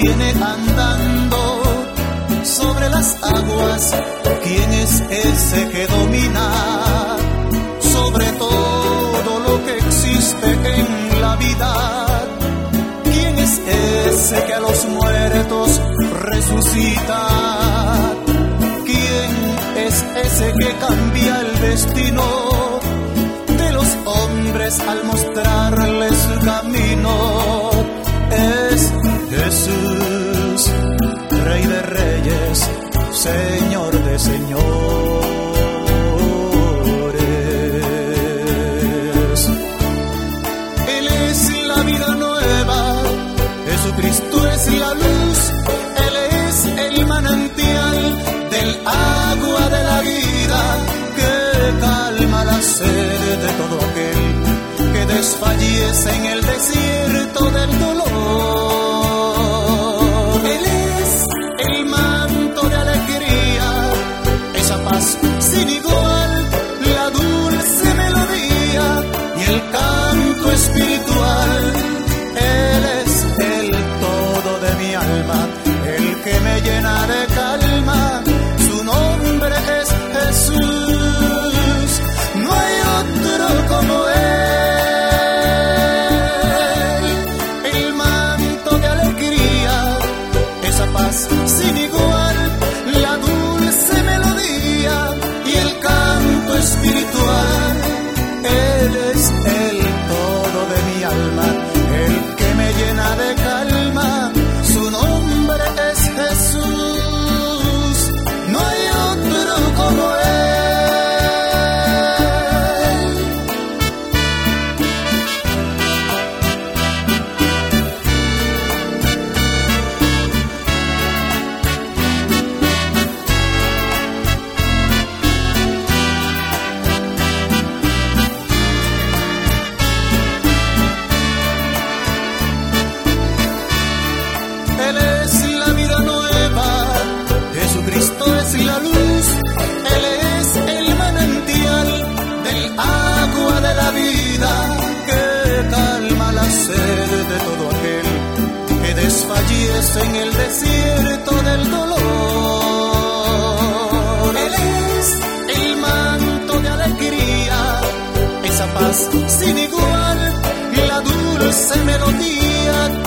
viene andando sobre las aguas. ¿Quién es ese que domina sobre todo lo que existe en la vida? ¿Quién es ese que a los muertos resucita? ¿Quién es ese que cambia el destino de los hombres al mostrarles su camino? Es Jesús, Rey de Reyes, Señor de Señores. Él es la vida nueva, Jesucristo es la luz, Él es el manantial del agua de la vida que calma la sed de todo aquel que desfallece en el desierto del dolor. Él es el manto de alegría, esa paz sin igual, la dulce melodía y el canto espiritual. Él es el todo de mi alma, el que me llena de calma. Su nombre es Jesús, no hay otro como Él. El manto de alegría, esa paz sin igual, la dulce melodía y el canto espiritual. Él es el todo de mi alma, el que me llena de calma. Su nombre es Jesús, no hay otro como Él. Él es la vida nueva, Jesucristo es la luz, Él es el manantial del agua de la vida que calma la sed de todo aquel que desfallece en el desierto del dolor. Él es el manto de alegría, esa paz sin igual, la dulce melodía